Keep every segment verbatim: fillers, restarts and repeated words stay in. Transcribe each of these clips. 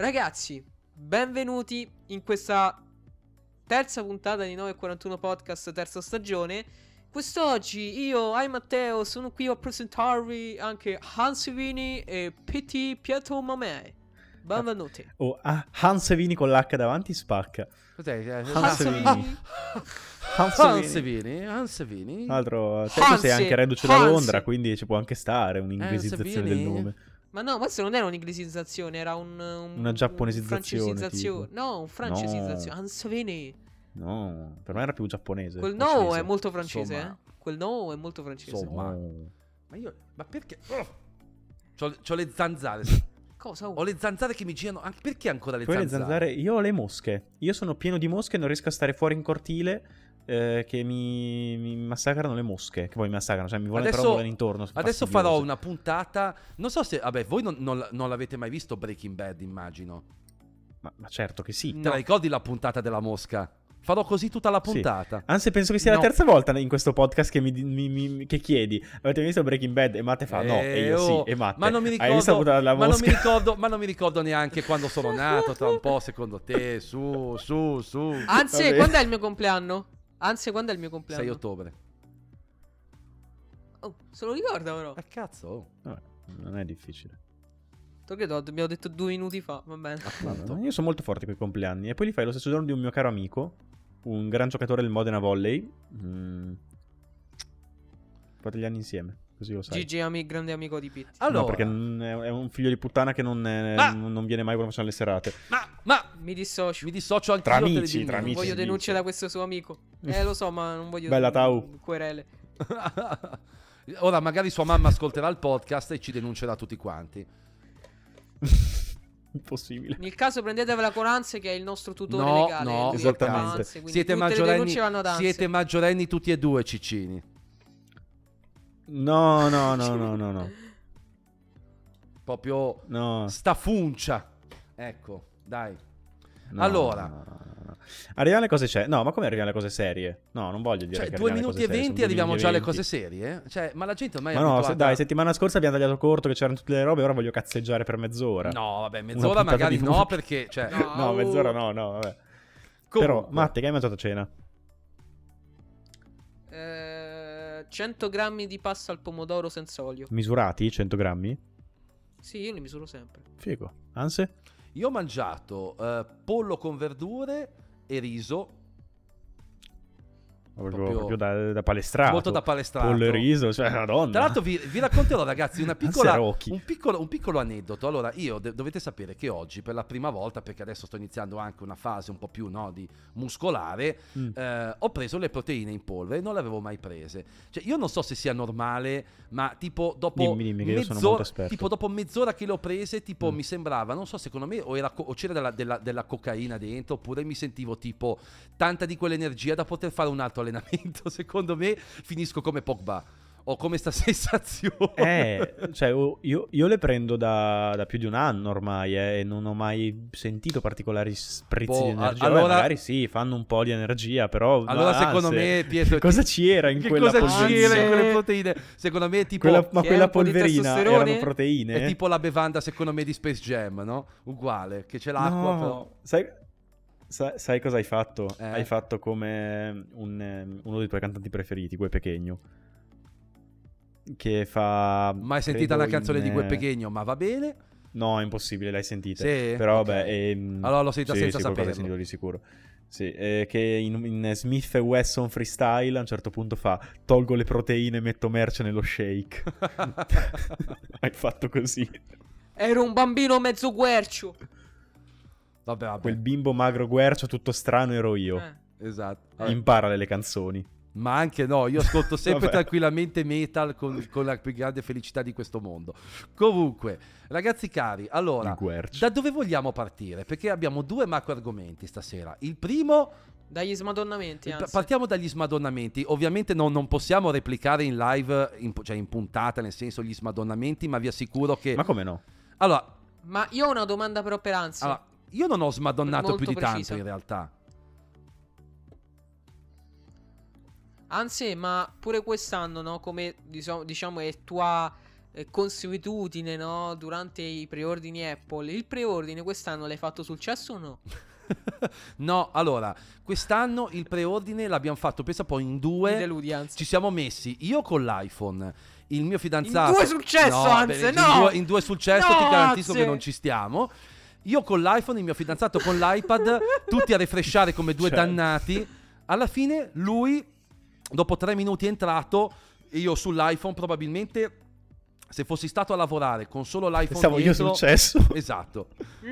Ragazzi, benvenuti in questa terza puntata di nove e quarantuno Podcast, terza stagione. Quest'oggi io, ai Matteo, sono qui a presentarvi anche Hans Vini e P T Pietro Mamè. Benvenuti. Oh, ah, Hans Vini con l'H davanti spacca. Cos'è? Hans Vini. Hans Vini, Hans Vini. Altro, te tu sei anche reduce da Londra, quindi ci può anche stare un'inglesizzazione del nome. Ma no, questo non era un'inglesizzazione, era un, un una giapponesizzazione. Un tipo. No, un francesizzazione. No. Hans Vini. No, per me era più giapponese. Quel no è molto francese, Insomma. eh? Quel no è molto francese. Insomma. No. Ma io, ma perché? Oh. C'ho, c'ho le zanzare. Cosa? Ho le zanzare che mi girano. Anche perché ancora le Poi zanzare? le zanzare, io ho le mosche. Io sono pieno di mosche e non riesco a stare fuori in cortile. Eh, che mi, mi massacrano le mosche. Che poi mi massacrano, cioè mi vogliono Adesso- però volare intorno. sono Adesso fastidiose. farò una puntata. Non so se. Vabbè, voi non, non, non l'avete mai visto Breaking Bad, immagino. Ma, ma certo che sì. No. Te la ricordi la puntata della mosca? Farò così tutta la Sì. puntata. Anzi, penso che sia No. la terza volta in questo podcast che mi, mi- mi- che chiedi: avete visto Breaking Bad? E Matte fa: no, e io oh, sì. E Matte, ma non mi hai ricordo, visto la puntata della ma non mi mosca? ricordo, ma non mi ricordo neanche quando sono nato. Tra un po', secondo te, su, su, su. Anzi, Vabbè. quando è il mio compleanno? Anzi, quando è il mio compleanno? sei ottobre. Oh, se lo ricorda però. Ma cazzo. oh. Vabbè, non è difficile. Te che do- abbiamo detto due minuti fa, va bene. Vabbè, io sono molto forte con i compleanni. E poi li fai lo stesso giorno di un mio caro amico, un gran giocatore del Modena Volley. Mm. Fate gli anni insieme, così lo sai. Gigi, ami- grande amico di Pitti. Allora, No, perché non è è un figlio di puttana che non, è- Ma- non viene mai quando facciamo le serate. ma, ma Mi dissocio. mi dissocio anche Tra io amici, terribilmente. tra Non amici. voglio si denunce dice. da questo suo amico. Eh, lo so, ma non voglio. Bella, Tau. Querele. Ora magari sua mamma ascolterà il podcast e ci denuncerà tutti quanti. Impossibile. Nel caso prendetevela con Anse, che è il nostro tutore No, legale. no, lui esattamente. fa Anse, quindi Siete tutte le maggiorenni, denunce vanno ad Anse. siete maggiorenni tutti e due, ciccini. No, no, no, no, no, no. Proprio No. sta funcia. Ecco, dai. No, Allora. no, no, no. Arriviamo alle cose serie. No, ma come arriviamo alle cose serie? No, non voglio dire Cioè, che due arriviamo alle minuti e cose serie, venti sono due arriviamo minuti già e alle venti. cose serie? Cioè, ma la gente ormai Ma è no, se- abituata... dai, settimana scorsa abbiamo tagliato corto che c'erano tutte le robe, ora voglio cazzeggiare per mezz'ora. No, vabbè, Una mezz'ora puntata magari di no, nuovo. perché... Cioè, No. No, mezz'ora no, no, vabbè. comunque, Però, Matte, che hai mangiato a cena? Eh, cento grammi di pasta al pomodoro senza olio. Misurati? cento grammi? Sì, io li misuro sempre. Figo. Anse? io ho mangiato eh, pollo con verdure e riso. Proprio, Proprio- proprio da, da palestrato. Molto da palestrato. Pollo e riso, cioè, madonna. Tra l'altro vi, vi racconterò, ragazzi, una piccola, Rocchi. un, piccolo, un piccolo aneddoto. Allora, io de- dovete sapere che oggi, per la prima volta, perché adesso sto iniziando anche una fase un po' più no, di muscolare, Mm. eh, ho preso le proteine in polvere, non le avevo mai prese. Cioè, io non so se sia normale, ma tipo dopo Dimmi, dimmi, che io sono mezz'ora, molto esperto. tipo dopo mezz'ora che le ho prese, tipo Mm. mi sembrava, non so, secondo me o, era co- o c'era della, della- della cocaina dentro, oppure mi sentivo tipo tanta di quell'energia da poter fare un altro allenamento. Secondo me finisco come Pogba. Ho come sta sensazione. Eh, cioè, oh, io, io le prendo da, da più di un anno ormai eh, e non ho mai sentito particolari sprizzi Boh, di a- energia. allora- Vabbè, magari sì, fanno un po' di energia, però... Allora, anzi, secondo me, Pietro, che cosa c'era in che quella cosa polverina? c'era in quelle proteine? Secondo me è tipo, Quella- ma Che è quella un po' di polverina testosterone? erano proteine? è tipo la bevanda, secondo me, di Space Jam, no? Uguale, che c'è l'acqua, No, però. sai, sai, sai cosa hai fatto? Eh? Hai fatto come un, ehm, uno dei tuoi cantanti preferiti, Gue Pequeno, che fa... Mai sentita credo una canzone in, di Gue eh, Pequeno, ma va bene. No, è impossibile, l'hai sentita. Sì? Però Ok. vabbè... ehm, Allora l'ho sentita sì, senza sì, qualcosa hai saperlo. sentito di sicuro. Sì, eh, che in, in Smith e Wesson Freestyle a un certo punto fa: tolgo le proteine e metto merce nello shake. Hai fatto così. Ero un bambino mezzo guercio. Vabbè, vabbè. Quel bimbo magro guercio tutto strano ero io. Eh. Esatto. Impara le canzoni. Ma anche no, io ascolto sempre Vabbè. tranquillamente metal con, con la più grande felicità di questo mondo. Comunque, ragazzi cari, allora, Il guercio. da dove vogliamo partire? Perché abbiamo due macro argomenti stasera. Il primo, Dagli smadonnamenti, pa- anzi. partiamo dagli smadonnamenti. Ovviamente non, non possiamo replicare in live, in- cioè in puntata, nel senso gli smadonnamenti, ma vi assicuro che... Ma come no? Allora, Ma io ho una domanda però per Anzi. allora, io non ho smadonnato Molto più di precisa. tanto in realtà. Anzi, ma pure quest'anno, no? Come diciamo, diciamo è tua eh, consuetudine, no? Durante i preordini Apple. Il preordine quest'anno l'hai fatto sul cesso o no? No, allora, quest'anno il preordine l'abbiamo fatto, pensa poi in due. Mi deludi, anzi. Ci siamo messi io con l'iPhone, il mio fidanzato. In due sul cesso, no, anzi, beh, no! In due, in due sul cesso No, ti garantisco anzi. che non ci stiamo. Io con l'iPhone, il mio fidanzato con l'iPad, tutti a refreshare come due Cioè. dannati. Alla fine lui, dopo tre minuti è entrato, io sull'iPhone probabilmente, se fossi stato a lavorare con solo l'iPhone Stavo io dietro, sul cesso. esatto.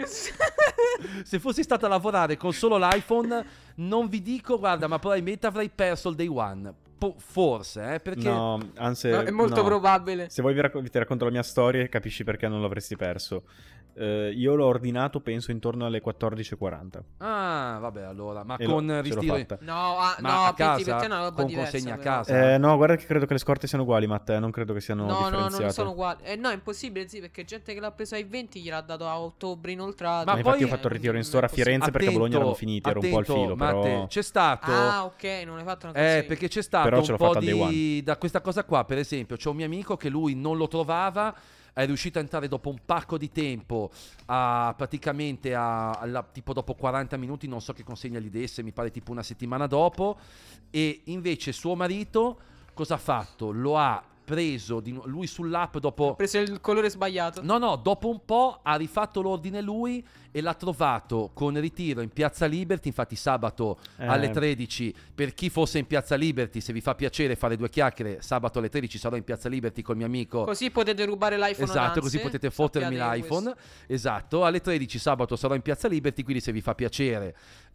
Se fossi stato a lavorare con solo l'iPhone, non vi dico, guarda, ma probabilmente avrei perso il day one. Po- forse, eh, perché No, anzi, No, è molto no. probabile. Se vuoi vi, racco- ti racconto la mia storia e capisci perché non l'avresti perso. Eh, io l'ho ordinato penso intorno alle quattordici e quaranta. Ah, vabbè, allora, ma E l'ho- con ce l'ho ritiro fatta. No, ah, Ma no, a Pitti, casa? per te è una roba Con diversa, consegna a però. casa? Eh, no, guarda che credo che le scorte siano uguali, Matteo. Non credo che siano No, no, differenziate. non sono uguali. Eh, no, è impossibile, sì, perché gente che l'ha preso ai venti gliel'ha dato a ottobre inoltrato. Ma Ma infatti poi- ho fatto il ritiro in non è store a possibile. Firenze perché a Bologna erano Attento, finiti. Ero un po' al attento, filo, Matte, però... c'è stato Ah, ok, non hai fatto una Eh, consegna. perché c'è stato Però ce un l'ho po' fatta al day di da questa cosa qua, per esempio, c'è un mio amico che lui non lo trovava, è riuscito a entrare dopo un pacco di tempo, a praticamente a, alla- tipo dopo quaranta minuti, non so che consegna gli desse, mi pare tipo una settimana dopo, e invece suo marito cosa ha fatto? Lo ha preso di nu- lui sull'app dopo Ha preso il colore sbagliato. No, no, dopo un po' ha rifatto l'ordine lui e l'ha trovato con ritiro in Piazza Liberty. Infatti sabato Eh. alle tredici, per chi fosse in Piazza Liberty, se vi fa piacere fare due chiacchiere, sabato alle tredici sarò in Piazza Liberty col mio amico. Così potete rubare l'iPhone. Esatto, Nanze. così potete fottermi Sappiate l'iPhone. questo. Esatto, alle tredici sabato sarò in Piazza Liberty, quindi se vi fa piacere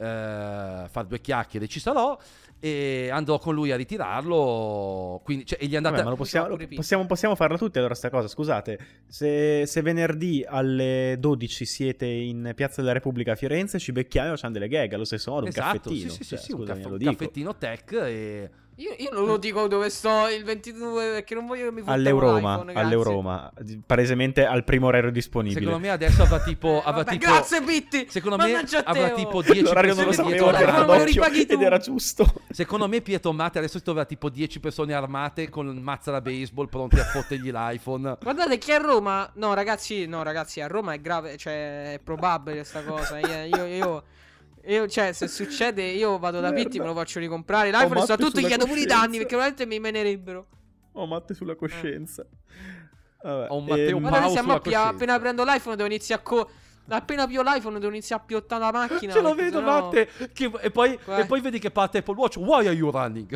eh, fare due chiacchiere ci sarò e andrò con lui a ritirarlo. Quindi, cioè, e gli è andata Vabbè, ma lo possiamo, Pure Pippo. possiamo, possiamo farla tutti allora sta cosa, scusate. Se, se venerdì alle dodici siete in Piazza della Repubblica a Firenze, ci becchiamo e facciamo delle gag allo stesso modo, un Esatto, caffettino. sì, sì, sì, Cioè, sì, un, scusami, caff- lo un dico. caffettino tech e... Io, io non lo dico dove sto il ventidue perché non voglio che mi fottano All'Euroma, l'iPhone, grazie. all'Euroma, palesemente al primo orario disponibile. Secondo me adesso avrà tipo, Eh, avrà vabbè, tipo grazie Pitti. secondo me Mannaggia avrà Teo. tipo dieci L'orario non lo persone sapevo, dietro che era l'altro. l'armato. lo d'occhio ripaghi tu. ed era giusto. Secondo me Pietro Matte adesso si trova tipo dieci persone armate con mazza da baseball pronti a fottergli l'iPhone. Guardate che a Roma. No, ragazzi, no, ragazzi, a Roma è grave. Cioè, è probabile sta cosa. Io, io, io, io, cioè, se succede, io vado da Merda. Pitti, me lo faccio ricomprare. L'iPhone Ho sta Matte tutto, gli sulla chiedo pure i coscienza. danni perché veramente mi menerebbero. Ho Matte sulla coscienza. Vabbè, Ho un Matteo ehm, Pau Guardate, siamo sulla a pia- coscienza. appena prendo l'iPhone devo iniziare a co. Appena pio l'iPhone devo iniziare a piottare la macchina. Ce lo perché vedo sennò- Matte che- e, poi, Qua- e poi vedi che parte Apple Watch. Why are you running?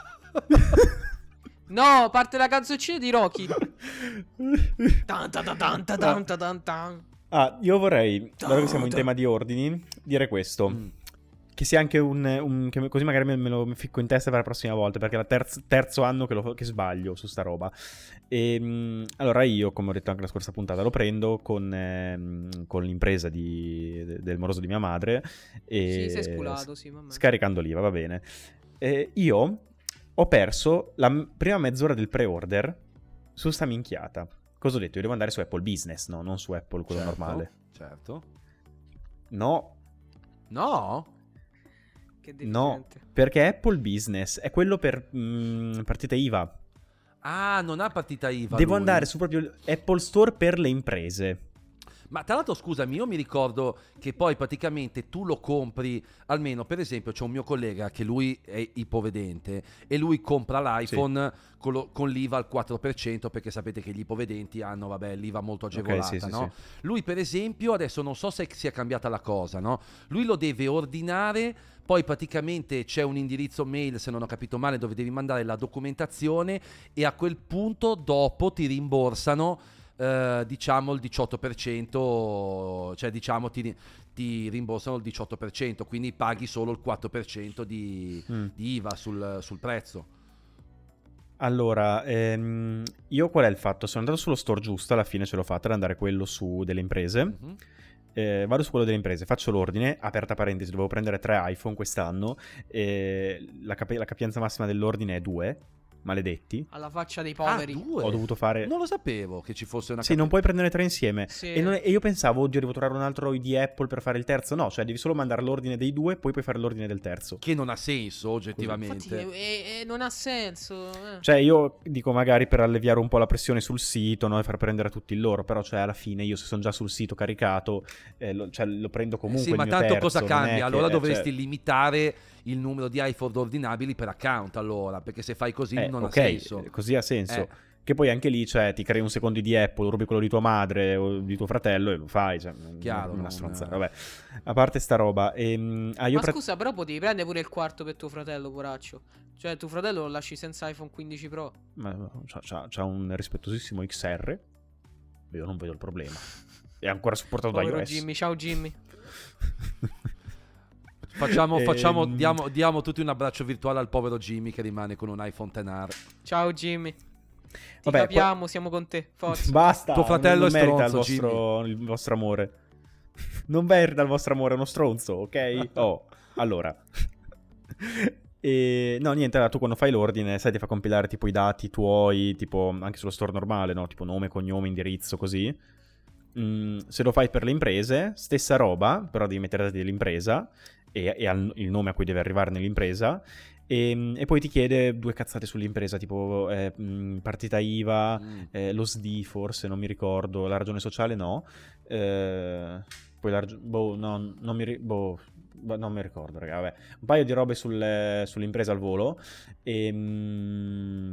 No, parte la canzoncina di Rocky. Tan, tan, tan, tan, tan, tan, tan, tan. Ah, io vorrei, dato che siamo in tema di ordini, dire questo. Mm. Che sia anche un... un- che così magari me, me lo ficco in testa per la prossima volta, perché è il terzo, terzo anno che, lo, che sbaglio su sta roba. E, allora io, come ho detto anche la scorsa puntata, lo prendo con, ehm, con l'impresa di, de- del moroso di mia madre. E Sì, sei sculato, sì, vabbè. Scaricando l'I V A, va bene. E io ho perso la m- prima mezz'ora del pre-order su sta minchiata. Cosa ho detto? Io devo andare su Apple Business, no? Non su Apple, quello Certo, normale. Certo. No, No? Che no, deficiente. perché Apple Business è quello per mm, partite I V A. Ah, non ha partita I V A Devo lui. andare su proprio Apple Store per le imprese. Ma tra l'altro scusami, io mi ricordo che poi praticamente tu lo compri, almeno per esempio c'è un mio collega che lui è ipovedente e lui compra l'iPhone con, lo- con l'I V A al quattro per cento perché sapete che gli ipovedenti hanno vabbè, l'I V A molto agevolata, sì, sì, no? sì. Lui per esempio, adesso non so se sia cambiata la cosa, no? Lui lo deve ordinare, poi praticamente c'è un indirizzo mail, se non ho capito male, dove devi mandare la documentazione e a quel punto dopo ti rimborsano eh, diciamo il diciotto per cento, cioè diciamo ti, ti rimborsano il diciotto per cento, quindi paghi solo il quattro per cento di, Mm. di I V A sul, sul prezzo. Allora, ehm, io qual è il fatto? Sono andato sullo store giusto, alla fine ce l'ho fatta ad andare quello su delle imprese. Mhm. Eh, vado su quello delle imprese, faccio l'ordine, aperta parentesi, dovevo prendere tre iPhone quest'anno, e la, cap- la capienza massima dell'ordine è due, maledetti. Alla faccia dei Ah, poveri. due? Ho dovuto fare... Non lo sapevo che ci fosse una Sì, non puoi prendere tre insieme. Sì. E, non è- e io pensavo, oddio, devo trovare un altro I D Apple per fare il terzo. No, cioè devi solo mandare l'ordine dei due, poi puoi fare l'ordine del terzo. Che non ha senso, Infatti oggettivamente. eh, eh, non ha senso. eh. Cioè io dico magari per alleviare un po' la pressione sul sito, no? E far prendere a tutti il loro. Però cioè alla fine io se sono già sul sito caricato, eh, lo, cioè, lo prendo comunque Sì, il ma mio tanto terzo, cosa non è cambia? che- Allora eh, dovresti cioè- limitare il numero di iPhone ordinabili per account, allora, perché se fai così Eh, non ok, ha senso. eh, così ha senso. Eh. Che poi anche lì, cioè, ti crei un secondo di Apple, rubi quello di tua madre o di tuo fratello e lo fai. Cioè, Chiaro, una non- stronzata. Vabbè, a parte sta roba. Ehm, ah, io Ma pra- scusa, però potevi prendere pure il quarto per tuo fratello, poraccio. Cioè, tuo fratello lo lasci senza iPhone quindici Pro. ma, c'ha, c'ha- c'ha un rispettosissimo X R. Io non vedo il problema. È ancora supportato da Povero iOS. Jimmy, ciao Jimmy. Facciamo, Ehm, facciamo diamo, diamo tutti un abbraccio virtuale al povero Jimmy che rimane con un iPhone X R. Ciao Jimmy. Ti Vabbè, capiamo, siamo con te. Forza. Basta. Tuo fratello non è merita il stronzo, vostro, il vostro amore. Non merita il vostro amore, è uno stronzo, ok? Oh, allora. E no, niente, allora, tu quando fai l'ordine, sai, ti fa compilare tipo i dati tuoi, tipo anche sullo store normale, no? Tipo nome, cognome, indirizzo, così. Mm, se lo fai per le imprese, stessa roba, però devi mettere i dati dell'impresa e, e al- il nome a cui deve arrivare nell'impresa. E, e poi ti chiede due cazzate sull'impresa, tipo eh, mm, partita I V A, Mm. eh, lo S D I forse, non mi ricordo, la ragione sociale no. Eh, poi la rag- boh, no, non mi, ri- boh, boh, non mi ricordo, raga, vabbè. Un paio di robe sul- sull'impresa al volo. E, mm,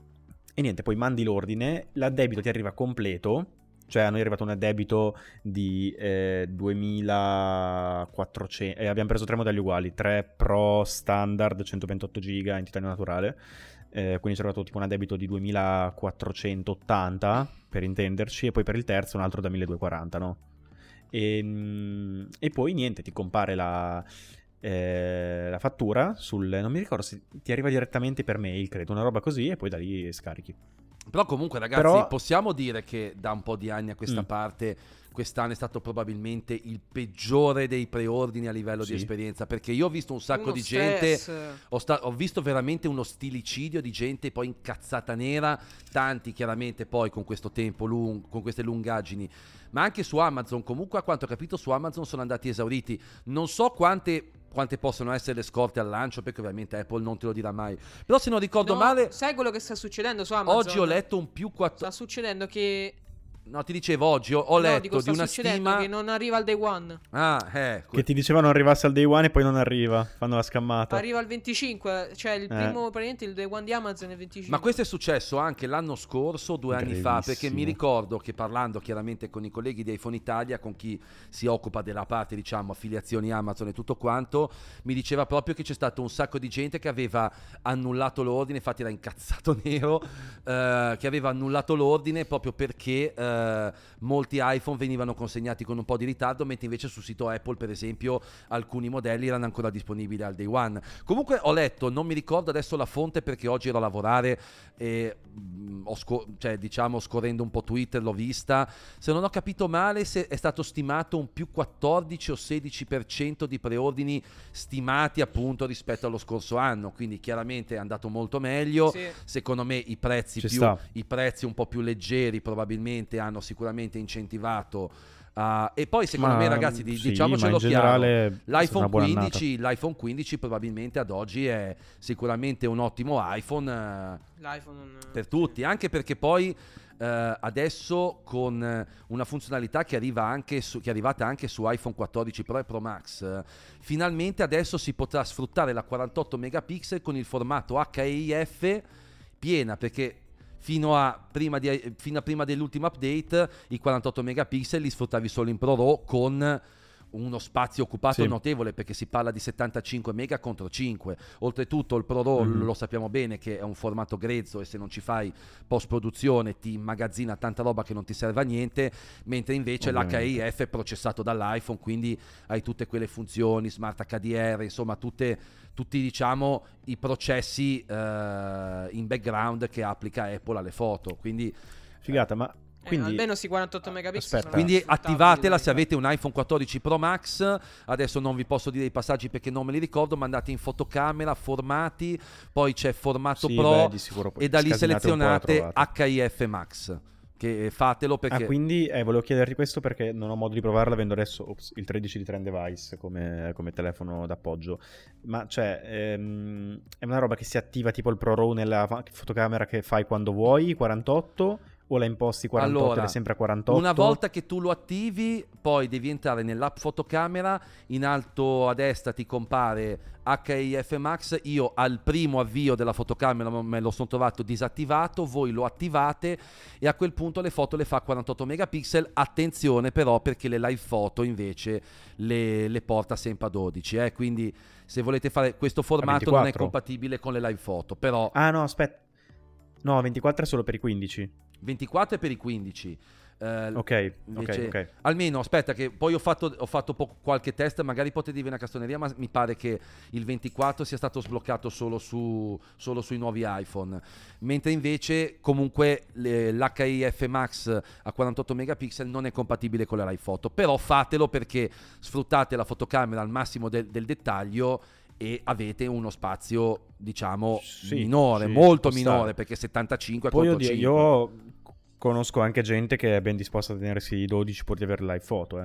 e niente, poi mandi l'ordine, l'addebito ti arriva completo. Cioè a noi è arrivato un addebito di eh, duemilaquattrocento e abbiamo preso tre modelli uguali, tre Pro standard centoventotto giga in titanio naturale, eh, quindi ci è arrivato tipo un addebito di duemilaquattrocentottanta per intenderci, e poi per il terzo un altro da milleduecentoquaranta, no? E, mm, e poi niente, ti compare la, eh, la fattura sul... non mi ricordo se ti arriva direttamente per mail, credo, una roba così, e poi da lì scarichi. Però comunque ragazzi, Però- possiamo dire che da un po' di anni a questa Mm. parte quest'anno è stato probabilmente il peggiore dei preordini a livello Sì. di esperienza, perché io ho visto un sacco Uno di gente, stress. ho, sta- ho visto veramente uno stilicidio di gente poi incazzata nera, tanti chiaramente poi con questo tempo lungo, con queste lungaggini, ma anche su Amazon, comunque a quanto ho capito su Amazon sono andati esauriti, non so quante... quante possono essere le scorte al lancio, perché ovviamente Apple non te lo dirà mai, però se non ricordo No, male sai quello che sta succedendo su Amazon? oggi ho letto un più quattro. Sta succedendo che No, ti dicevo oggi, ho, ho no, letto dico, di sta una succedendo stima. che non arriva al day one. Ah, eh. Che ti dicevano arrivasse al day one e poi non arriva, fanno la scammata. Arriva al venticinque, cioè il primo praticamente il day one di Amazon è il venticinque. Ma questo è successo anche l'anno scorso, due anni fa, perché mi Gravissimo. ricordo che parlando chiaramente con i colleghi di iPhone Italia, con chi si occupa della parte, diciamo, affiliazioni Amazon e tutto quanto, mi diceva proprio che c'è stato un sacco di gente che aveva annullato l'ordine, infatti era incazzato nero, eh, che aveva annullato l'ordine proprio perché eh, molti iPhone venivano consegnati con un po' di ritardo, mentre invece sul sito Apple, per esempio, alcuni modelli erano ancora disponibili al day one. Comunque ho letto, non mi ricordo adesso la fonte perché oggi ero a lavorare e mh, ho sco- cioè, diciamo scorrendo un po' Twitter l'ho vista, se non ho capito male se è stato stimato un più quattordici o sedici per cento di preordini stimati appunto rispetto allo scorso anno, quindi chiaramente è andato molto meglio. Sì. Secondo me i prezzi Ci più sta. i prezzi un po' più leggeri probabilmente hanno sicuramente incentivato uh, e poi secondo Ma, me ragazzi di- sì, diciamocelo ma in generale chiaro, è stata l'iPhone una buona annata. quindici, l'iPhone quindici probabilmente ad oggi è sicuramente un ottimo iPhone uh, L'iPhone non... per tutti, anche perché poi eh, adesso con eh, una funzionalità che arriva anche su, che è arrivata anche su iPhone quattordici Pro e Pro Max, eh, finalmente adesso si potrà sfruttare la quarantotto megapixel con il formato H E I F piena, perché fino a prima, di, fino a prima dell'ultimo update i quarantotto megapixel li sfruttavi solo in Pro RAW con uno spazio occupato Sì. notevole, perché si parla di settantacinque mega contro cinque. Oltretutto il Pro RAW Mhm. lo sappiamo bene che è un formato grezzo e se non ci fai post produzione ti immagazzina tanta roba che non ti serve a niente, mentre invece l'H E I F è processato dall'iPhone, quindi hai tutte quelle funzioni Smart H D R, insomma tutte, tutti diciamo i processi eh, in background che applica Apple alle foto, quindi Figata, ma Quindi, eh, almeno si quarantotto megapixel. aspetta. Quindi sfruttabili, attivatela dai. se avete un iPhone quattordici Pro Max. Adesso non vi posso dire i passaggi perché non me li ricordo, ma andate in fotocamera, formati, poi c'è formato sì, Pro beh, di sicuro poi e da lì scasinate un po' la selezionate trovate. H I F Max, che fatelo perché Ah, quindi eh, volevo chiederti questo perché non ho modo di provarla avendo adesso ops, il tredici di Trend Device come, come telefono d'appoggio. Ma cioè, ehm, è una roba che si attiva tipo il Pro RAW nella fa- fotocamera che fai quando vuoi, quarantotto, o la imposti quarantotto Allora, ed è sempre a quarantotto? una volta che tu lo attivi, poi devi entrare nell'app fotocamera, in alto a destra ti compare H I F Max. Io al primo avvio della fotocamera me lo sono trovato disattivato, voi lo attivate e a quel punto le foto le fa a quarantotto megapixel. Attenzione però, perché le live foto invece le, le porta sempre a dodici, eh? Quindi se volete fare questo formato non è ventiquattro? compatibile con le live foto, però Ah no, aspetta. No, ventiquattro è solo per i quindici. ventiquattro è per i quindici. Eh, Ok, invece- ok, ok. Almeno aspetta che poi ho fatto, ho fatto po- qualche test, magari potete dire una castroneria, ma mi pare che il ventiquattro sia stato sbloccato solo, su, solo sui nuovi iPhone, mentre invece comunque le- l'H I F Max a quarantotto megapixel non è compatibile con la live foto. Però fatelo perché sfruttate la fotocamera al massimo del, del dettaglio e avete uno spazio diciamo Sì, minore, sì, molto ci può minore, stare. perché settantacinque Poi contro oddio, cinque. io conosco anche gente che è ben disposta a tenersi i dodici pur di avere live foto, eh.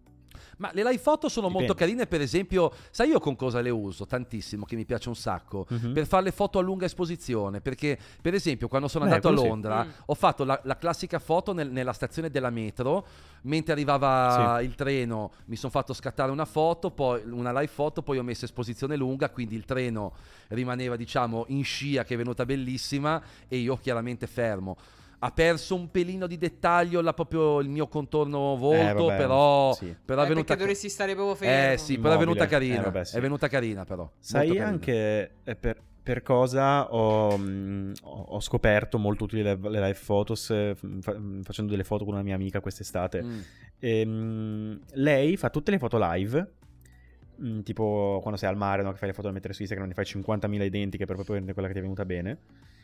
Ma le live foto sono Dipende. molto carine, per esempio, sai io con cosa le uso tantissimo, che mi piace un sacco, Mhm. per fare le foto a lunga esposizione, perché per esempio quando sono Beh, andato a quello sì. Londra Mm. ho fatto la, la classica foto nel- nella stazione della metro, mentre arrivava il treno mi sono fatto scattare una foto, poi una live foto, poi ho messo esposizione lunga, quindi il treno rimaneva diciamo in scia, che è venuta bellissima, e io chiaramente fermo. Ha perso un pelino di dettaglio la- proprio il mio contorno volto, Eh, vabbè, però, sì. però è Eh, venuta perché dovresti stare proprio fermo. eh sì, però è venuta Immobile. carina. Eh, vabbè, sì. È venuta carina, però. Sai Molto carina. anche eh, per, per cosa ho, mh, ho- ho scoperto molto utili le, le live photos eh, fa- facendo delle foto con una mia amica quest'estate. Mm. E, mh, lei fa tutte le foto live, mh, tipo quando sei al mare, no, che fai le foto da mettere su Instagram, ne fai cinquantamila identiche per poi prendere quella che ti è venuta bene.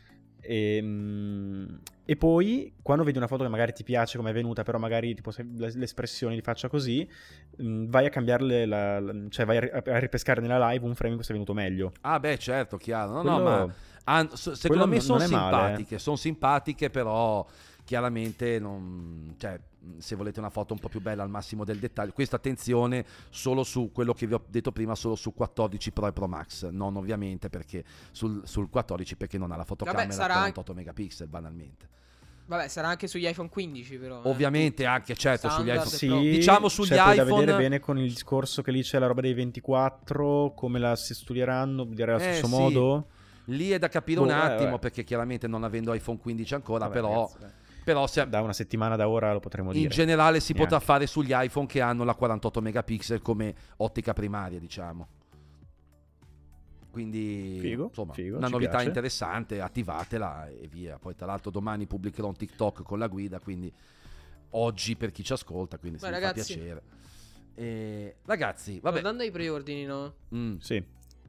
E, mh, e poi quando vedi una foto che magari ti piace come è venuta, però magari tipo se le, le espressioni di faccia così, mh, vai a cambiarle la, la- cioè vai a, a ripescare nella live un frame in cui sia venuto meglio. Ah beh, certo, chiaro. No, Quello- no, ma han- so- secondo quello me non- sono non è male, simpatiche, sono simpatiche, però chiaramente non, cioè, se volete una foto un po' più bella al massimo del dettaglio, questa attenzione solo su quello che vi ho detto prima, solo su quattordici Pro e Pro Max, non ovviamente perché sul, sul quattordici, perché non ha la fotocamera sarà a quarantotto megapixel banalmente. Vabbè, sarà anche sugli iPhone quindici però. eh. Ovviamente anche, certo, sugli Standard. iPhone. Sì, Pro. Diciamo sugli cioè, poi da iPhone- vedere bene con il discorso che lì c'è la roba dei ventiquattro, come la si studieranno, direi allo Eh, stesso sì. modo. Lì è da capire Boh, un eh, attimo, vabbè. perché chiaramente non avendo iPhone quindici ancora, Vabbè, però, ragazzi, dai. però se- Da una settimana da ora lo potremo in dire. generale si Neanche. potrà fare sugli iPhone che hanno la quarantotto megapixel come ottica primaria, diciamo. Quindi Figo, insomma, figo, una ci novità piace. interessante, attivatela e via. Poi tra l'altro domani pubblicherò un TikTok con la guida, quindi oggi per chi ci ascolta, quindi se Beh, vi ragazzi. fa piacere. E, ragazzi, vabbè. Tornando ai preordini, no? Mm. Sì.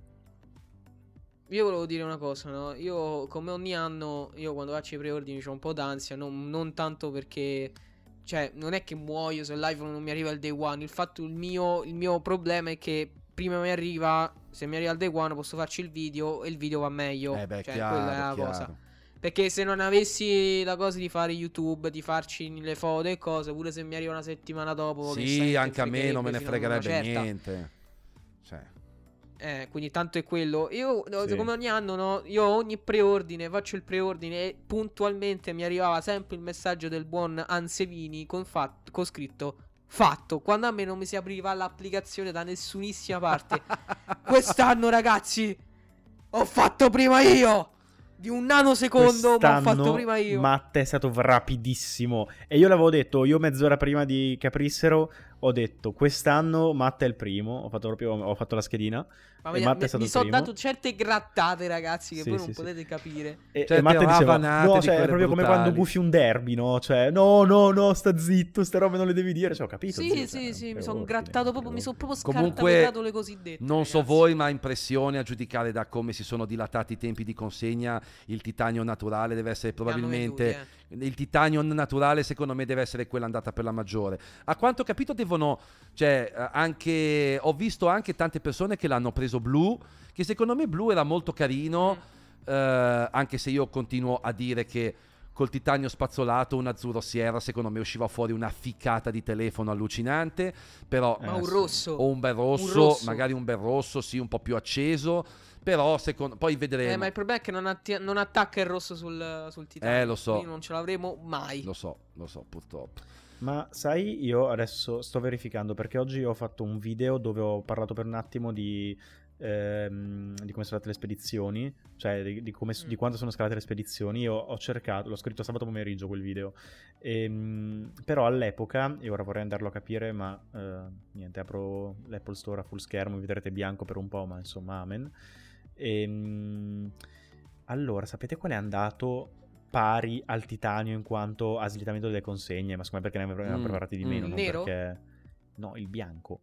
Io volevo dire una cosa, no? Io come ogni anno, io quando faccio i preordini ho un po' d'ansia, non, non tanto perché, cioè, non è che muoio se l'iPhone non mi arriva il day one. Il fatto, il mio, il mio problema è che prima mi arriva, se mi arriva il day one posso farci il video e il video va meglio. Eh beh, cioè, chiaro, quella è la chiaro. cosa. Perché se non avessi la cosa di fare YouTube, di farci le foto e cose, pure se mi arriva una settimana dopo, che Sì, sai, anche a me non me ne fino ad una fregherebbe certa. niente. Cioè, Eh, quindi tanto è quello. Io, no, Sì. come ogni anno, no? Io ogni preordine, faccio il preordine e puntualmente mi arrivava sempre il messaggio del buon Ansevini con, fat- con scritto fatto. Quando a me non mi si apriva l'applicazione da nessunissima parte. Quest'anno, ragazzi, ho fatto prima io. Di un nanosecondo, ma ho fatto prima io. Matt è stato rapidissimo. E io l'avevo detto, io mezz'ora prima di che aprissero, ho detto quest'anno Matt è il primo. Ho fatto proprio, ho fatto la schedina. Ma e mi, Matt mi- è stato mi il sono primo. dato certe grattate, ragazzi, che Sì, voi sì, non sì. potete capire. E, Cioè, e Matt te diceva, ravanate no, di cioè, è quelle proprio come brutali. quando gufi un derby, no? Cioè, no, no, no, sta zitto, ste robe non le devi dire. Cioè, ho capito. Sì, zio, sì, cioè, sì, mi prego, sono ordine, grattato proprio, prego. mi sono proprio Comunque, scartapellato le cosiddette. non so ragazzi. voi, ma impressione a giudicare da come si sono dilatati i tempi di consegna. Il titanio naturale deve essere Li hanno probabilmente venduti, il titanio naturale secondo me deve essere quella andata per la maggiore. A quanto ho capito devono, cioè anche ho visto anche tante persone che l'hanno preso blu, che secondo me blu era molto carino, eh, anche se io continuo a dire che col titanio spazzolato un azzurro Sierra secondo me usciva fuori una ficcata di telefono allucinante, però Ma Eh, un sì. rosso. o un bel rosso, Un rosso. magari un bel rosso sì, un po' più acceso, però secondo poi vedremo. Eh, ma il problema è che non, atti- non attacca il rosso sul, sul titanio. Eh, lo so. Quindi non ce l'avremo mai. Lo so, lo so, purtroppo. Ma sai, io adesso sto verificando perché oggi ho fatto un video dove ho parlato per un attimo di, ehm, di come sono andate le spedizioni, cioè di, di come, Mm. di quanto sono scalate le spedizioni. Io ho cercato, l'ho scritto sabato pomeriggio quel video, Ehm, però all'epoca, e ora vorrei andarlo a capire, ma eh, niente, apro l'Apple Store a full schermo, mi vedrete bianco per un po', ma insomma, amen. Ehm, allora, sapete qual è andato pari al titanio in quanto a slittamento delle consegne? Ma secondo me perché ne avevano Mm, preparati di mm. meno, non Nero? perché... No, il bianco.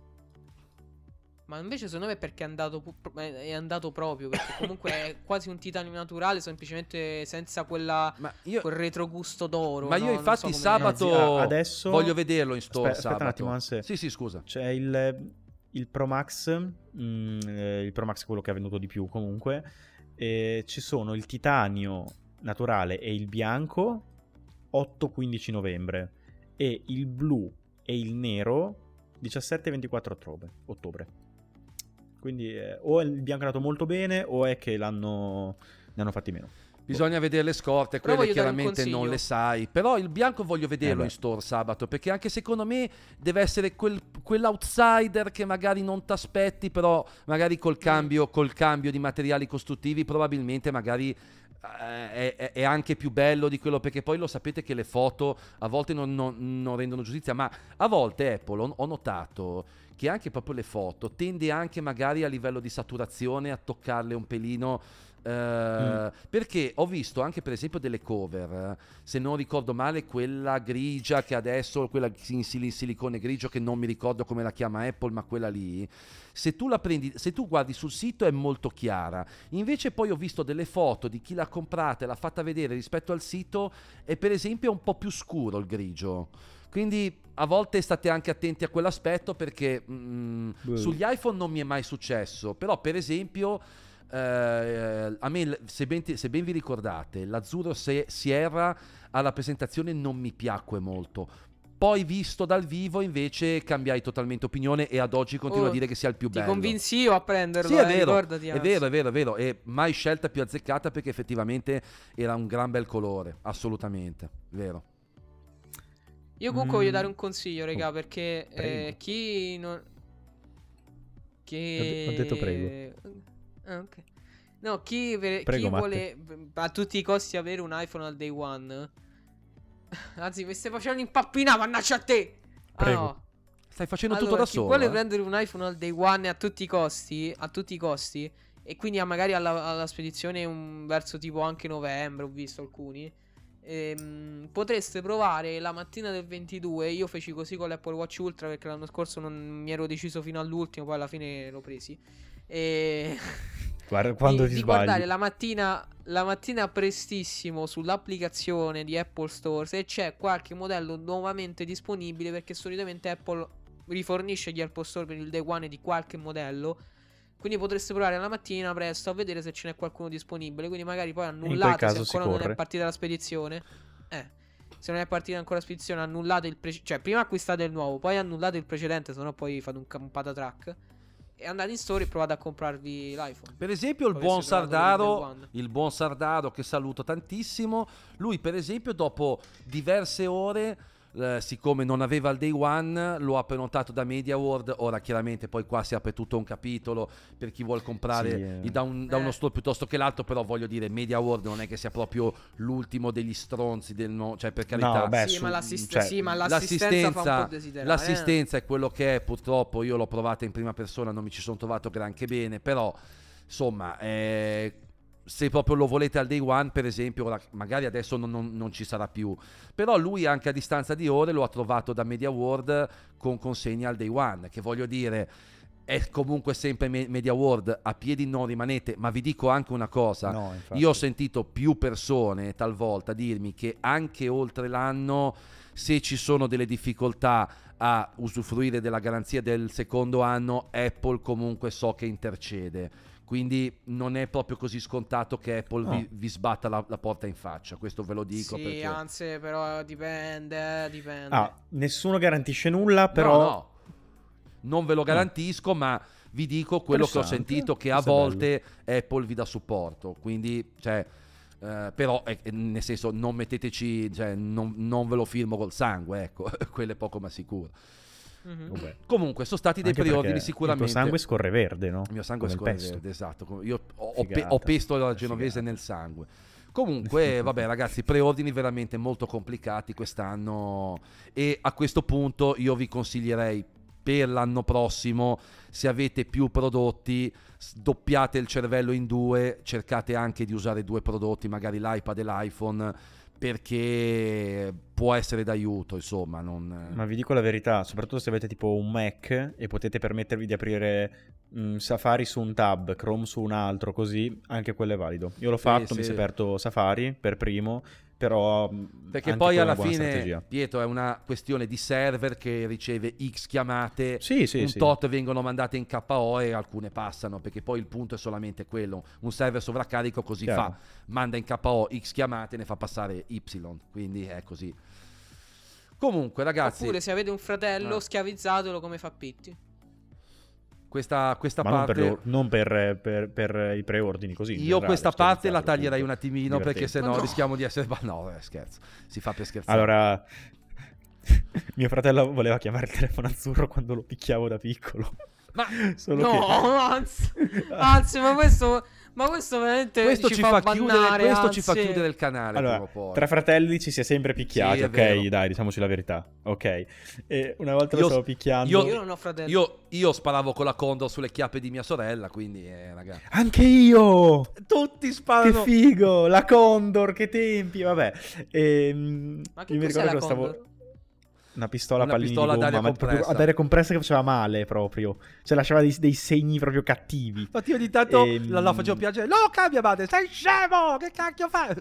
Ma invece secondo me è perché è andato, pu- pro- è andato proprio. Perché comunque è quasi un titanio naturale, semplicemente senza quella, Ma io, quel retrogusto d'oro. ma no? io Non infatti so come- sabato Anzi, a- adesso- voglio vederlo in store. Aspe- aspetta un sabato. attimo, Anse. Sì, sì, scusa. C'è il, il Pro Max, mm, eh, il Pro Max è quello che è venuto di più comunque, e ci sono il titanio naturale e il bianco otto quindici novembre e il blu e il nero diciassette ventiquattro ottobre. ottobre. Quindi eh, o il bianco è andato molto bene o è che l'hanno ne hanno fatti meno. Bisogna vedere le scorte, Però quelle voglio dare un chiaramente non consiglio. le sai. Però il bianco voglio vederlo Eh beh. in store sabato, perché anche secondo me deve essere quel, quell'outsider che magari non ti aspetti, però magari col cambio, col cambio di materiali costruttivi probabilmente magari eh, è, è- è anche più bello di quello, perché poi lo sapete che le foto a volte non, non- non rendono giustizia, ma a volte Apple ho, ho notato che anche proprio le foto tende anche magari a livello di saturazione a toccarle un pelino. eh, Perché ho visto anche per esempio delle cover, eh, se non ricordo male quella grigia che adesso, quella in sil- in silicone grigio che non mi ricordo come la chiama Apple, ma quella lì, se tu la prendi, se tu guardi sul sito è molto chiara, invece poi ho visto delle foto di chi l'ha comprata e l'ha fatta vedere rispetto al sito e per esempio è un po' più scuro il grigio. Quindi a volte state anche attenti a quell'aspetto, perché mm, Beh. sugli iPhone non mi è mai successo, però per esempio eh, a me, se ben, ti- se ben vi ricordate, l'azzurro Se- Sierra alla presentazione non mi piacque molto. Poi visto dal vivo invece cambiai totalmente opinione e ad oggi continuo Oh, a dire che sia il più Ti bello. convinsi io a prenderlo. Sì, è eh, vero, ricordati, è anzi. vero, è vero, è vero, e mai scelta più azzeccata, perché effettivamente era un gran bel colore, assolutamente, vero. Io comunque Mm. voglio dare un consiglio, raga, Oh, perché eh, prego. chi non... Che... Ho de- ho detto prego. Ah, ok. No, chi, per- Prego, chi Matte. vuole a tutti i costi avere un iPhone al day one... Anzi, mi stai facendo impappinare, mannaggia a te! Ah, Prego. no. Stai facendo Allora, tutto da chi solo. vuole eh? prendere un iPhone al day one a tutti i costi, a tutti i costi, e quindi ha magari alla, alla spedizione un verso tipo anche novembre, ho visto alcuni, ehm, potreste provare la mattina del ventidue. Io feci così con l'Apple Watch Ultra perché l'anno scorso non mi ero deciso fino all'ultimo, poi alla fine l'ho presi. E... Guarda, quando di, ti di sbagli. guardare la mattina, la mattina prestissimo sull'applicazione di Apple Store se c'è qualche modello nuovamente disponibile, perché solitamente Apple rifornisce gli Apple Store per il day one di qualche modello. Quindi potreste provare la mattina presto a vedere se ce n'è qualcuno disponibile. Quindi magari poi annullate caso se si ancora non corre. è partita la spedizione. Eh, se non è partita ancora la spedizione, annullate il precedente. Cioè, prima acquistate il nuovo, poi annullate il precedente, se no poi fate un, ca- un patatrack. E andate in store e provate a comprarvi l'iPhone. Per esempio il Avesse buon trovato il Sardaro, Day One. il buon Sardaro che saluto tantissimo, lui per esempio dopo diverse ore, eh, siccome non aveva il day one, lo ha prenotato da Media World. Ora chiaramente poi qua si apre tutto un capitolo per chi vuol comprare Sì, eh. da, un- da uno Eh. store piuttosto che l'altro, però voglio dire, Media World non è che sia proprio l'ultimo degli stronzi del no, cioè per carità. No, beh, sì, su- ma l'assist- cioè, sì, ma l'assistenza, fa un po' desiderare. l'assistenza è quello che è, purtroppo io l'ho provata in prima persona, non mi ci sono trovato granché bene, però insomma eh, se proprio lo volete al day one, per esempio, ora magari adesso non, non- non ci sarà più, però lui anche a distanza di ore lo ha trovato da Media World con consegna al day one, che voglio dire è comunque sempre Me- Media World, a piedi non rimanete, ma vi dico anche una cosa, No, infatti. io ho sentito più persone talvolta dirmi che anche oltre l'anno, se ci sono delle difficoltà a usufruire della garanzia del secondo anno, Apple comunque so che intercede, quindi non è proprio così scontato che Apple No. vi, vi sbatta la, la porta in faccia, questo ve lo dico. Sì, perché... anzi, però dipende, eh, dipende. Ah, nessuno garantisce nulla, però... No, no, non ve lo garantisco, ma vi dico quello che ho Interessante. sentito, che a Questo è volte Apple vi dà supporto, quindi cioè, eh, però eh, nel senso non metteteci, cioè, non, non ve lo firmo col sangue, ecco, quello è poco ma sicuro. Mhm. Vabbè. Comunque sono stati dei Anche preordini perché sicuramente. il tuo sangue scorre verde, no? Il mio sangue Come il scorre pesto. verde, esatto. Come- Io ho, ho pe- Figata. ho pesto alla genovese Figata. nel sangue. Comunque, vabbè, ragazzi, preordini veramente molto complicati quest'anno. E a questo punto io vi consiglierei per l'anno prossimo, se avete più prodotti, s- doppiate il cervello in due, cercate anche di usare due prodotti, magari l'iPad e l'iPhone, perché può essere d'aiuto, insomma. Non... Ma vi dico la verità, soprattutto se avete tipo un Mac e potete permettervi di aprire mh, Safari su un tab, Chrome su un altro, così anche quello è valido. Io l'ho Sì, fatto, sì. mi si è aperto Safari per primo, però mh, Perché anche poi quella è alla una buona fine, strategia. Pietro, è una questione di server che riceve X chiamate, Sì, sì, un sì. tot vengono mandate in K O e alcune passano, perché poi il punto è solamente quello, un server sovraccarico così Chiaro. fa, manda in K O X chiamate e ne fa passare Y, quindi è così. Comunque ragazzi, Oppure se avete un fratello, Ah. schiavizzatelo come fa Pitti. questa, questa Ma non, per, parte... lo- non per, per- per i preordini così. in Io generale, questa parte la schiavizzarlo, taglierei un appunto. attimino, perché Divertente. sennò Ma no. rischiamo di essere... No, eh, scherzo, si fa per scherzare. Allora, mio fratello voleva chiamare il telefono azzurro quando lo picchiavo da piccolo. Ma Solo No, che... anzi, anzi, ma questo, ma questo veramente questo ci, ci fa, fa, chiudere, bannare, questo ci fa anzi. chiudere il canale Allora, prima o poi. tra fratelli ci si è sempre picchiati, Sì, è ok? vero. Dai, diciamoci la verità, ok? E una volta Io- lo stavo picchiando... io- Io non ho fratelli. Io, io sparavo con la Condor sulle chiappe di mia sorella, quindi eh, ragazzi. Anche io! Tutti Che sparano. figo! La Condor, che tempi, vabbè. Ehm, Ma che io mi cos'è ricordo la che lo stavo... Condor? Una pistola a Una pallini pistola di ad gomma, aria ma proprio compressa. ad aria compressa che faceva male proprio. Cioè lasciava dei, dei segni proprio cattivi. Infatti io ogni tanto Ehm, la, la facevo piangere. No, cambia madre, sei scemo, che cacchio fai?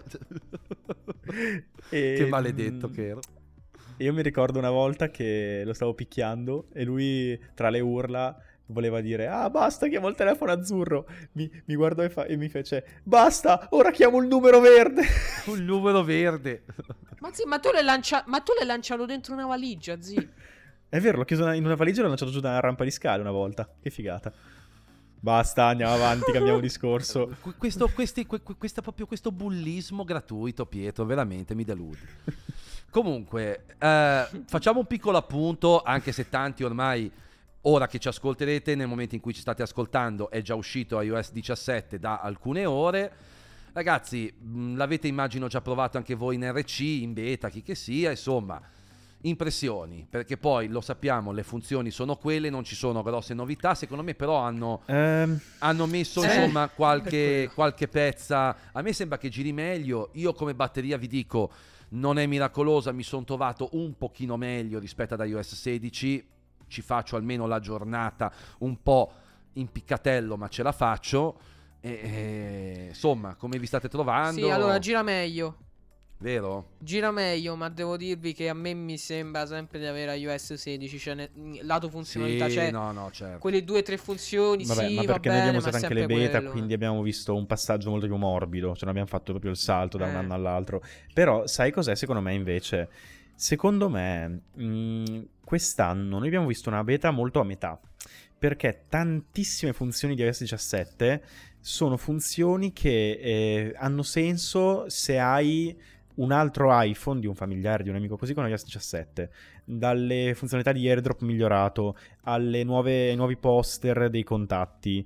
E- Che maledetto che ero. E io mi ricordo una volta che lo stavo picchiando e lui tra le urla voleva dire ah basta, chiamo il telefono azzurro. Mi, mi guardò e, fa- e mi fece basta, ora chiamo il numero verde. Un numero verde. Ma sì, ma tu l'hai lancia- ma tu l'hai lanciato dentro una valigia, zi. È vero, l'ho chiuso in una valigia e l'ho lanciato giù da una rampa di scale una volta. Che figata. Basta, andiamo avanti, cambiamo discorso. Qu- Questo, questi, que- que- questa, proprio questo bullismo gratuito, Pietro, veramente mi deludi. Comunque, eh, facciamo un piccolo appunto, anche se tanti ormai, ora che ci ascolterete, nel momento in cui ci state ascoltando, è già uscito iOS diciassette da alcune ore. Ragazzi, mh, l'avete immagino già provato anche voi in R C, in beta, chi che sia, insomma, impressioni, perché poi lo sappiamo, le funzioni sono quelle, non ci sono grosse novità, secondo me però hanno... Ehm, hanno messo Sì. insomma Per qualche, quello. qualche pezza. A me sembra che giri meglio. Io come batteria vi dico non è miracolosa, mi sono trovato un pochino meglio rispetto ad iOS sedici. Ci faccio almeno la giornata un po' in piccatello, ma ce la faccio. E, e, insomma, come vi state trovando? Sì, allora gira meglio. Vero? Gira meglio, ma devo dirvi che a me mi sembra sempre di avere iOS sedici, cioè ne- lato funzionalità, Sì, cioè no, no, certo. quelle due o tre funzioni, vabbè, sì, ma va perché bene, noi abbiamo ma usato è anche le sempre beta, quello. quindi abbiamo visto un passaggio molto più morbido, cioè non abbiamo fatto proprio il salto da un Eh. anno all'altro. Però sai cos'è secondo me invece? Secondo me mh, quest'anno noi abbiamo visto una beta molto a metà, perché tantissime funzioni di iOS diciassette sono funzioni che eh, hanno senso se hai un altro iPhone di un familiare, di un amico così con iOS diciassette, dalle funzionalità di AirDrop migliorato alle nuove, ai nuovi poster dei contatti.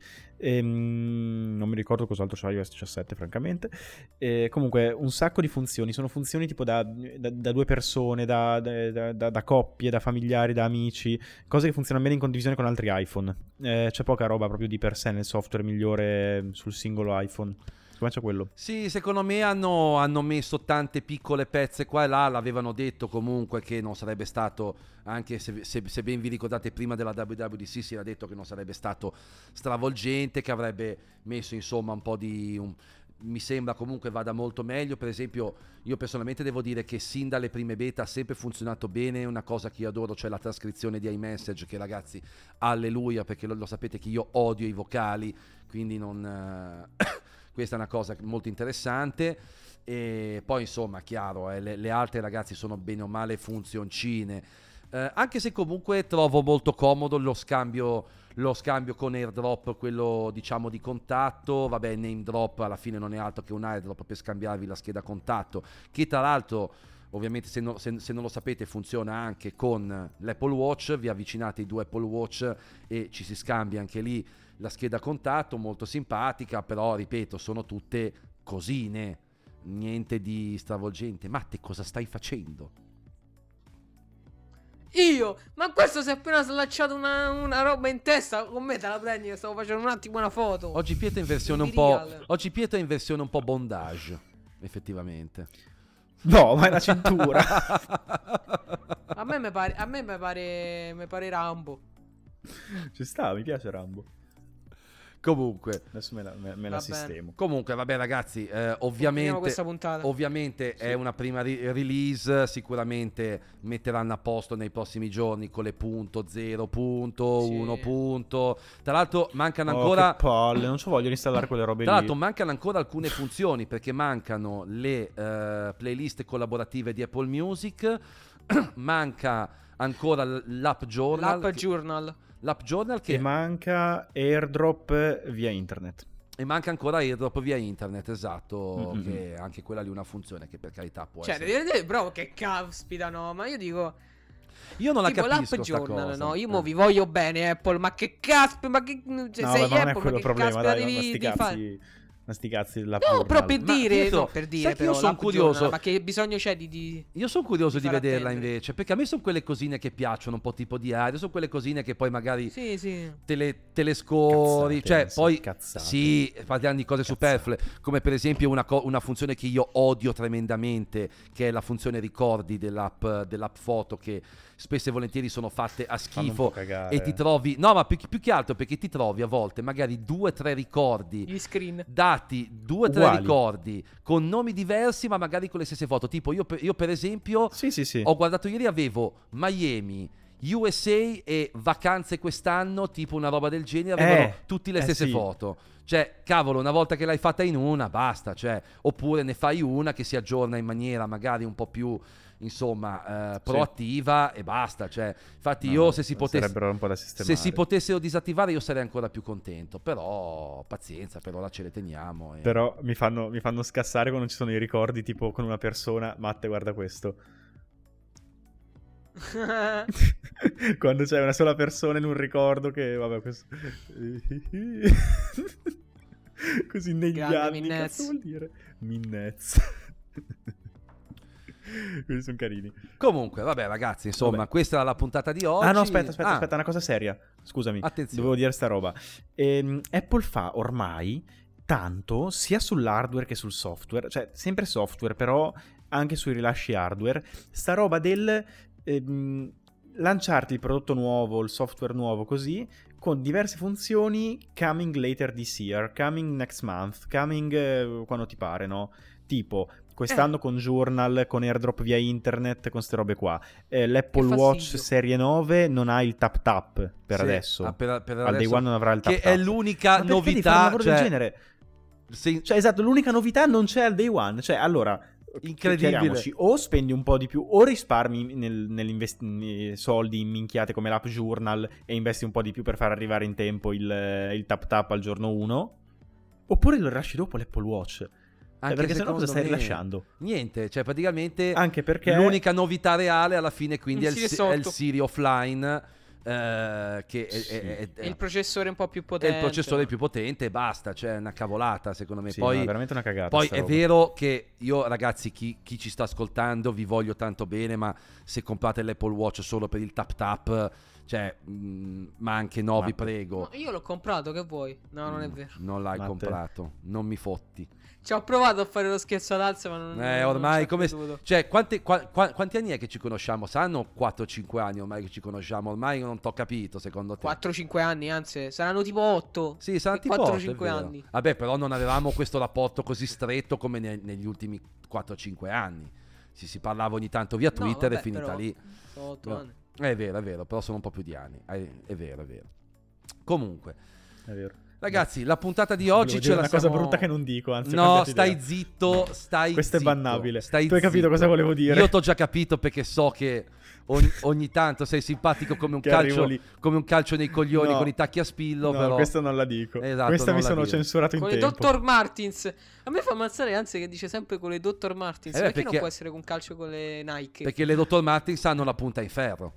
Ehm, non mi ricordo cos'altro c'ha iOS diciassette francamente. Eh, comunque un sacco di funzioni, sono funzioni tipo da, da, da due persone, da, da, da, da coppie, da familiari, da amici, cose che funzionano bene in condivisione con altri iPhone. Eh, c'è poca roba proprio di per sé nel software migliore sul singolo iPhone. Come c'è quello? Sì, secondo me hanno, hanno messo tante piccole pezze qua e là, l'avevano detto comunque che non sarebbe stato, anche se, se, se ben vi ricordate prima della W W D C si era detto che non sarebbe stato stravolgente, che avrebbe messo insomma un po' di... Un, mi sembra comunque vada molto meglio. Per esempio io personalmente devo dire che sin dalle prime beta ha sempre funzionato bene una cosa che io adoro, cioè la trascrizione di iMessage, che ragazzi alleluia, perché lo, lo sapete che io odio i vocali, quindi non eh, questa è una cosa molto interessante. E poi insomma chiaro eh, le, le altre ragazzi sono bene o male funzioncine, eh, anche se comunque trovo molto comodo lo scambio lo scambio con airdrop, quello diciamo di contatto. Vabbè, name drop alla fine non è altro che un airdrop per scambiarvi la scheda contatto, che tra l'altro ovviamente se, no, se, se non lo sapete funziona anche con l'Apple Watch. Vi avvicinate i due Apple Watch e ci si scambia anche lì la scheda contatto, molto simpatica, però ripeto sono tutte cosine, niente di stravolgente. Matte, cosa stai facendo? Io? Ma questo si è appena slacciato una, una roba in testa. Con me te la prendi, che stavo facendo un attimo una foto. Oggi Pietro è in versione un po'. Oggi Pietro è in versione un po' bondage, effettivamente. No, ma è la cintura. A me mi pare. A me mi pare. Mi pare Rambo. Ci sta, mi piace Rambo. Comunque adesso me la, me, me la sistemo. Comunque vabbè ragazzi, eh, ovviamente ovviamente sì. È una prima ri- release, sicuramente metteranno a posto nei prossimi giorni con le punto zero punto uno sì. punto. Tra l'altro mancano oh, ancora che palle, non so, voglio installare quelle robe tra lì. l'altro mancano ancora alcune funzioni, perché mancano le uh, playlist collaborative di Apple Music, manca ancora l'App Journal L'App Journal che... L'App Journal che... E manca airdrop via internet. E manca ancora airdrop via internet, esatto, mm-hmm. Che anche quella lì è una funzione che per carità può cioè, essere... Cioè, devi vedere, bro, che caspita, no, ma io dico... Io non la tipo capisco l'App sta Journal, cosa. no, io eh. mo vi voglio bene Apple, ma che caspita, ma che... Cioè, no, sei vabbè, Apple, non è quello ma il problema, caspita dai, devi, ma sti devi cazzi... fare... Ma sti cazzi la No, però per Ma dire, Pietro, no, per dire sai che però, io sono l'App curioso. Journal, ma che bisogno c'è di... di... Io sono curioso di, di vederla attendere. invece, perché a me sono quelle cosine che piacciono, un po' tipo di aria, sono quelle cosine che poi magari Sì, sì. te le, te le scori, Cazzate, cioè sì, poi cazzate. sì, parliamo di cose Cazzate. superflue, come per esempio una, co- una funzione che io odio tremendamente, che è la funzione ricordi dell'app, dell'app foto, che spesso e volentieri sono fatte a Fanno un schifo po' cagare. e ti trovi, no ma più, più che altro perché ti trovi a volte magari due o tre ricordi Gli screen. dati, due o tre Uguali. ricordi con nomi diversi ma magari con le stesse foto. Tipo io per, io per esempio Sì, sì, sì. ho guardato ieri, avevo Miami, U S A e vacanze quest'anno, tipo una roba del genere, avevano Eh, tutte le eh stesse sì. foto. Cioè, cavolo, una volta che l'hai fatta in una, basta, cioè, oppure ne fai una che si aggiorna in maniera magari un po' più, insomma, eh, proattiva e basta. Cioè, infatti No, io no, se si potesse sarebbero un po' da sistemare. se si potessero disattivare io sarei ancora più contento, però pazienza, per ora ce le teniamo. E... Però mi fanno, mi fanno scassare quando ci sono i ricordi, tipo con una persona. Matte, guarda questo. Quando c'è una sola persona in un ricordo che, vabbè, questo... Così negli Grande anni, Minnez. cazzo vuol dire? Minnez. Questi sono carini. Comunque, vabbè ragazzi, insomma, Vabbè. questa era la puntata di oggi. Ah no, aspetta, aspetta, Ah, aspetta, una cosa seria. Scusami, Attenzione. dovevo dire sta roba. Ehm, Apple fa ormai tanto, sia sull'hardware che sul software, cioè sempre software, però anche sui rilasci hardware, sta roba del ehm, lanciarti il prodotto nuovo, il software nuovo così, con diverse funzioni coming later this year, coming next month, coming eh, quando ti pare, no? Tipo... Quest'anno eh. con Journal, con AirDrop via internet, con ste robe qua. Eh, L'Apple Watch Serie nove non ha il tap tap per sì, adesso. ah, per, per Al adesso, day one non avrà il tap che tap. è l'unica Ma perché devi novità. fare un lavoro Cioè, del genere? se... Cioè, esatto, l'unica novità non c'è al day one. Cioè, allora, incredibile. chiariamoci, o spendi un po' di più, o risparmi nel, nell'investi soldi in minchiate come l'App Journal e investi un po' di più per far arrivare in tempo il, il tap tap al giorno uno, oppure lo rilasci dopo l'Apple Watch. Anche perché sennò cosa stai me, rilasciando? Niente, cioè praticamente anche perché l'unica novità reale alla fine quindi è il, Siri è il Siri offline, eh, che è, Sì. è, è, è, il processore un po' più è potente. il processore più potente e basta, cioè è una cavolata secondo me. Sì, Poi no, è veramente una cagata. Poi sta è roba. vero che io, ragazzi, chi, chi ci sta ascoltando, vi voglio tanto bene, ma se comprate l'Apple Watch solo per il tap tap, Cioè, mh, ma anche no, vi Matte. prego. No, io l'ho comprato, che vuoi? No, non è Mm, vero. Non l'hai Matte. comprato, non mi fotti. Ci ho provato a fare lo scherzo ad Alza, ma non Eh, non ormai ci ho come... creduto. Cioè, quanti, qua- qua- quanti anni è che ci conosciamo? Saranno quattro cinque anni ormai che ci conosciamo. Ormai non t'ho capito, secondo te. quattro cinque anni, anzi, saranno tipo otto. Sì, saranno tipo quattro otto, è cinque vero. anni. Vabbè, però non avevamo questo rapporto così stretto come ne- negli ultimi quattro cinque anni. Ci si parlava ogni tanto via No, Twitter vabbè, e finita però lì. sono otto No. anni. È vero, è vero, però sono un po' più di anni. È, è vero, è vero. Comunque, È vero. ragazzi, la puntata di Volevo oggi dire ce la una cosa siamo- brutta che non dico, anzi ho No, cambiato stai idea. zitto, stai Questo è zitto, bannabile. stai Tu hai capito zitto. cosa volevo dire? Io t'ho già capito perché so che ogni, ogni tanto sei simpatico come un Che arrivo calcio lì. come un calcio nei coglioni No. con i tacchi a spillo, No, però questa non la dico. Esatto, Questa non mi la sono dire. censurato in Con il tempo. dottor Martins. A me fa ammazzare, anzi, che dice sempre con le dottor Martins. Eh beh, perché, perché- non può essere con calcio con le Nike? perché le dottor Martins hanno la punta in ferro.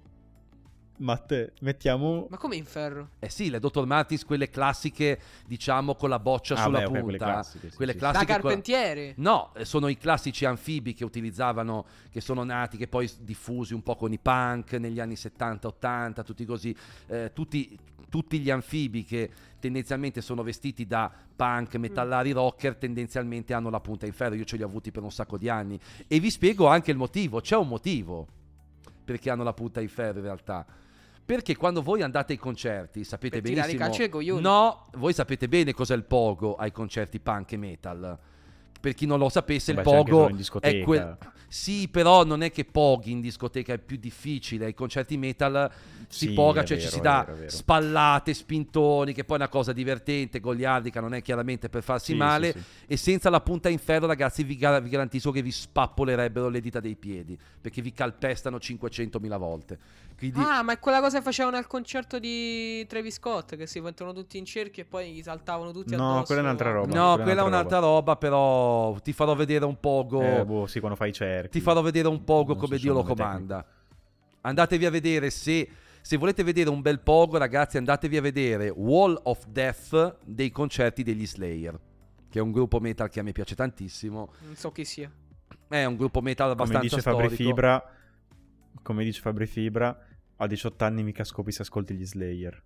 Matte, mettiamo... Ma come in ferro? Eh sì, le dottor Martins, quelle classiche, diciamo, con la boccia Ah, sulla beh, ok, punta. quelle classiche, sì, Quelle sì, sì. Da classiche con- carpentiere. No, eh, sono i classici anfibi che utilizzavano, che sono nati, che poi s- diffusi un po' con i punk negli anni settanta ottanta, tutti così. Eh, tutti, tutti gli anfibi che tendenzialmente sono vestiti da punk, metallari, rocker, tendenzialmente hanno la punta in ferro. Io ce li ho avuti per un sacco di anni. E vi spiego anche il motivo. C'è un motivo perché hanno la punta in ferro in realtà. Perché quando voi andate ai concerti, sapete Per tirare i benissimo... calci ai coglioni. No, voi sapete bene cos'è il pogo ai concerti punk e metal. Per chi non lo sapesse, Beh, il c'è anche pogo solo in discoteca. è quel... Sì, però non è che poghi in discoteca, è più difficile. Ai concerti metal si Sì, poga, è cioè vero, ci si è dà vero, è vero. spallate, spintoni, che poi è una cosa divertente, goliardica, non è chiaramente per farsi Sì, male. sì, sì. E senza la punta in ferro, ragazzi, vi, gar- vi garantisco che vi spappolerebbero le dita dei piedi, perché vi calpestano cinquecentomila volte. Quindi... Ah, ma è quella cosa che facevano al concerto di Travis Scott, che si mettevano tutti in cerchio e poi gli saltavano tutti No, addosso. quella è un'altra roba. No, quella è quella è un'altra roba, però ti farò vedere un poco. Eh, boh, sì, quando fai i cerchi. Ti farò vedere un poco Non so come se Dio lo sono nome comanda. Andatevi a vedere se, se volete vedere un bel pogo, ragazzi, andatevi a vedere Wall of Death dei concerti degli Slayer, che è un gruppo metal che a me piace tantissimo. Non so chi sia. È un gruppo metal Come abbastanza dice Fabri storico. Fibra, come dice Fabri Fibra, a diciotto anni mica scopi se ascolti gli Slayer.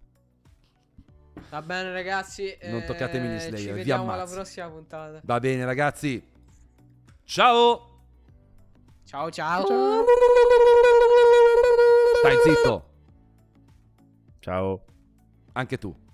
Va bene, ragazzi. Non toccatemi gli eh, Slayer, Ci vi vediamo alla ammazzo. prossima puntata. Va bene, ragazzi. Ciao. Ciao, ciao, ciao. Stai zitto. Ciao. Anche tu.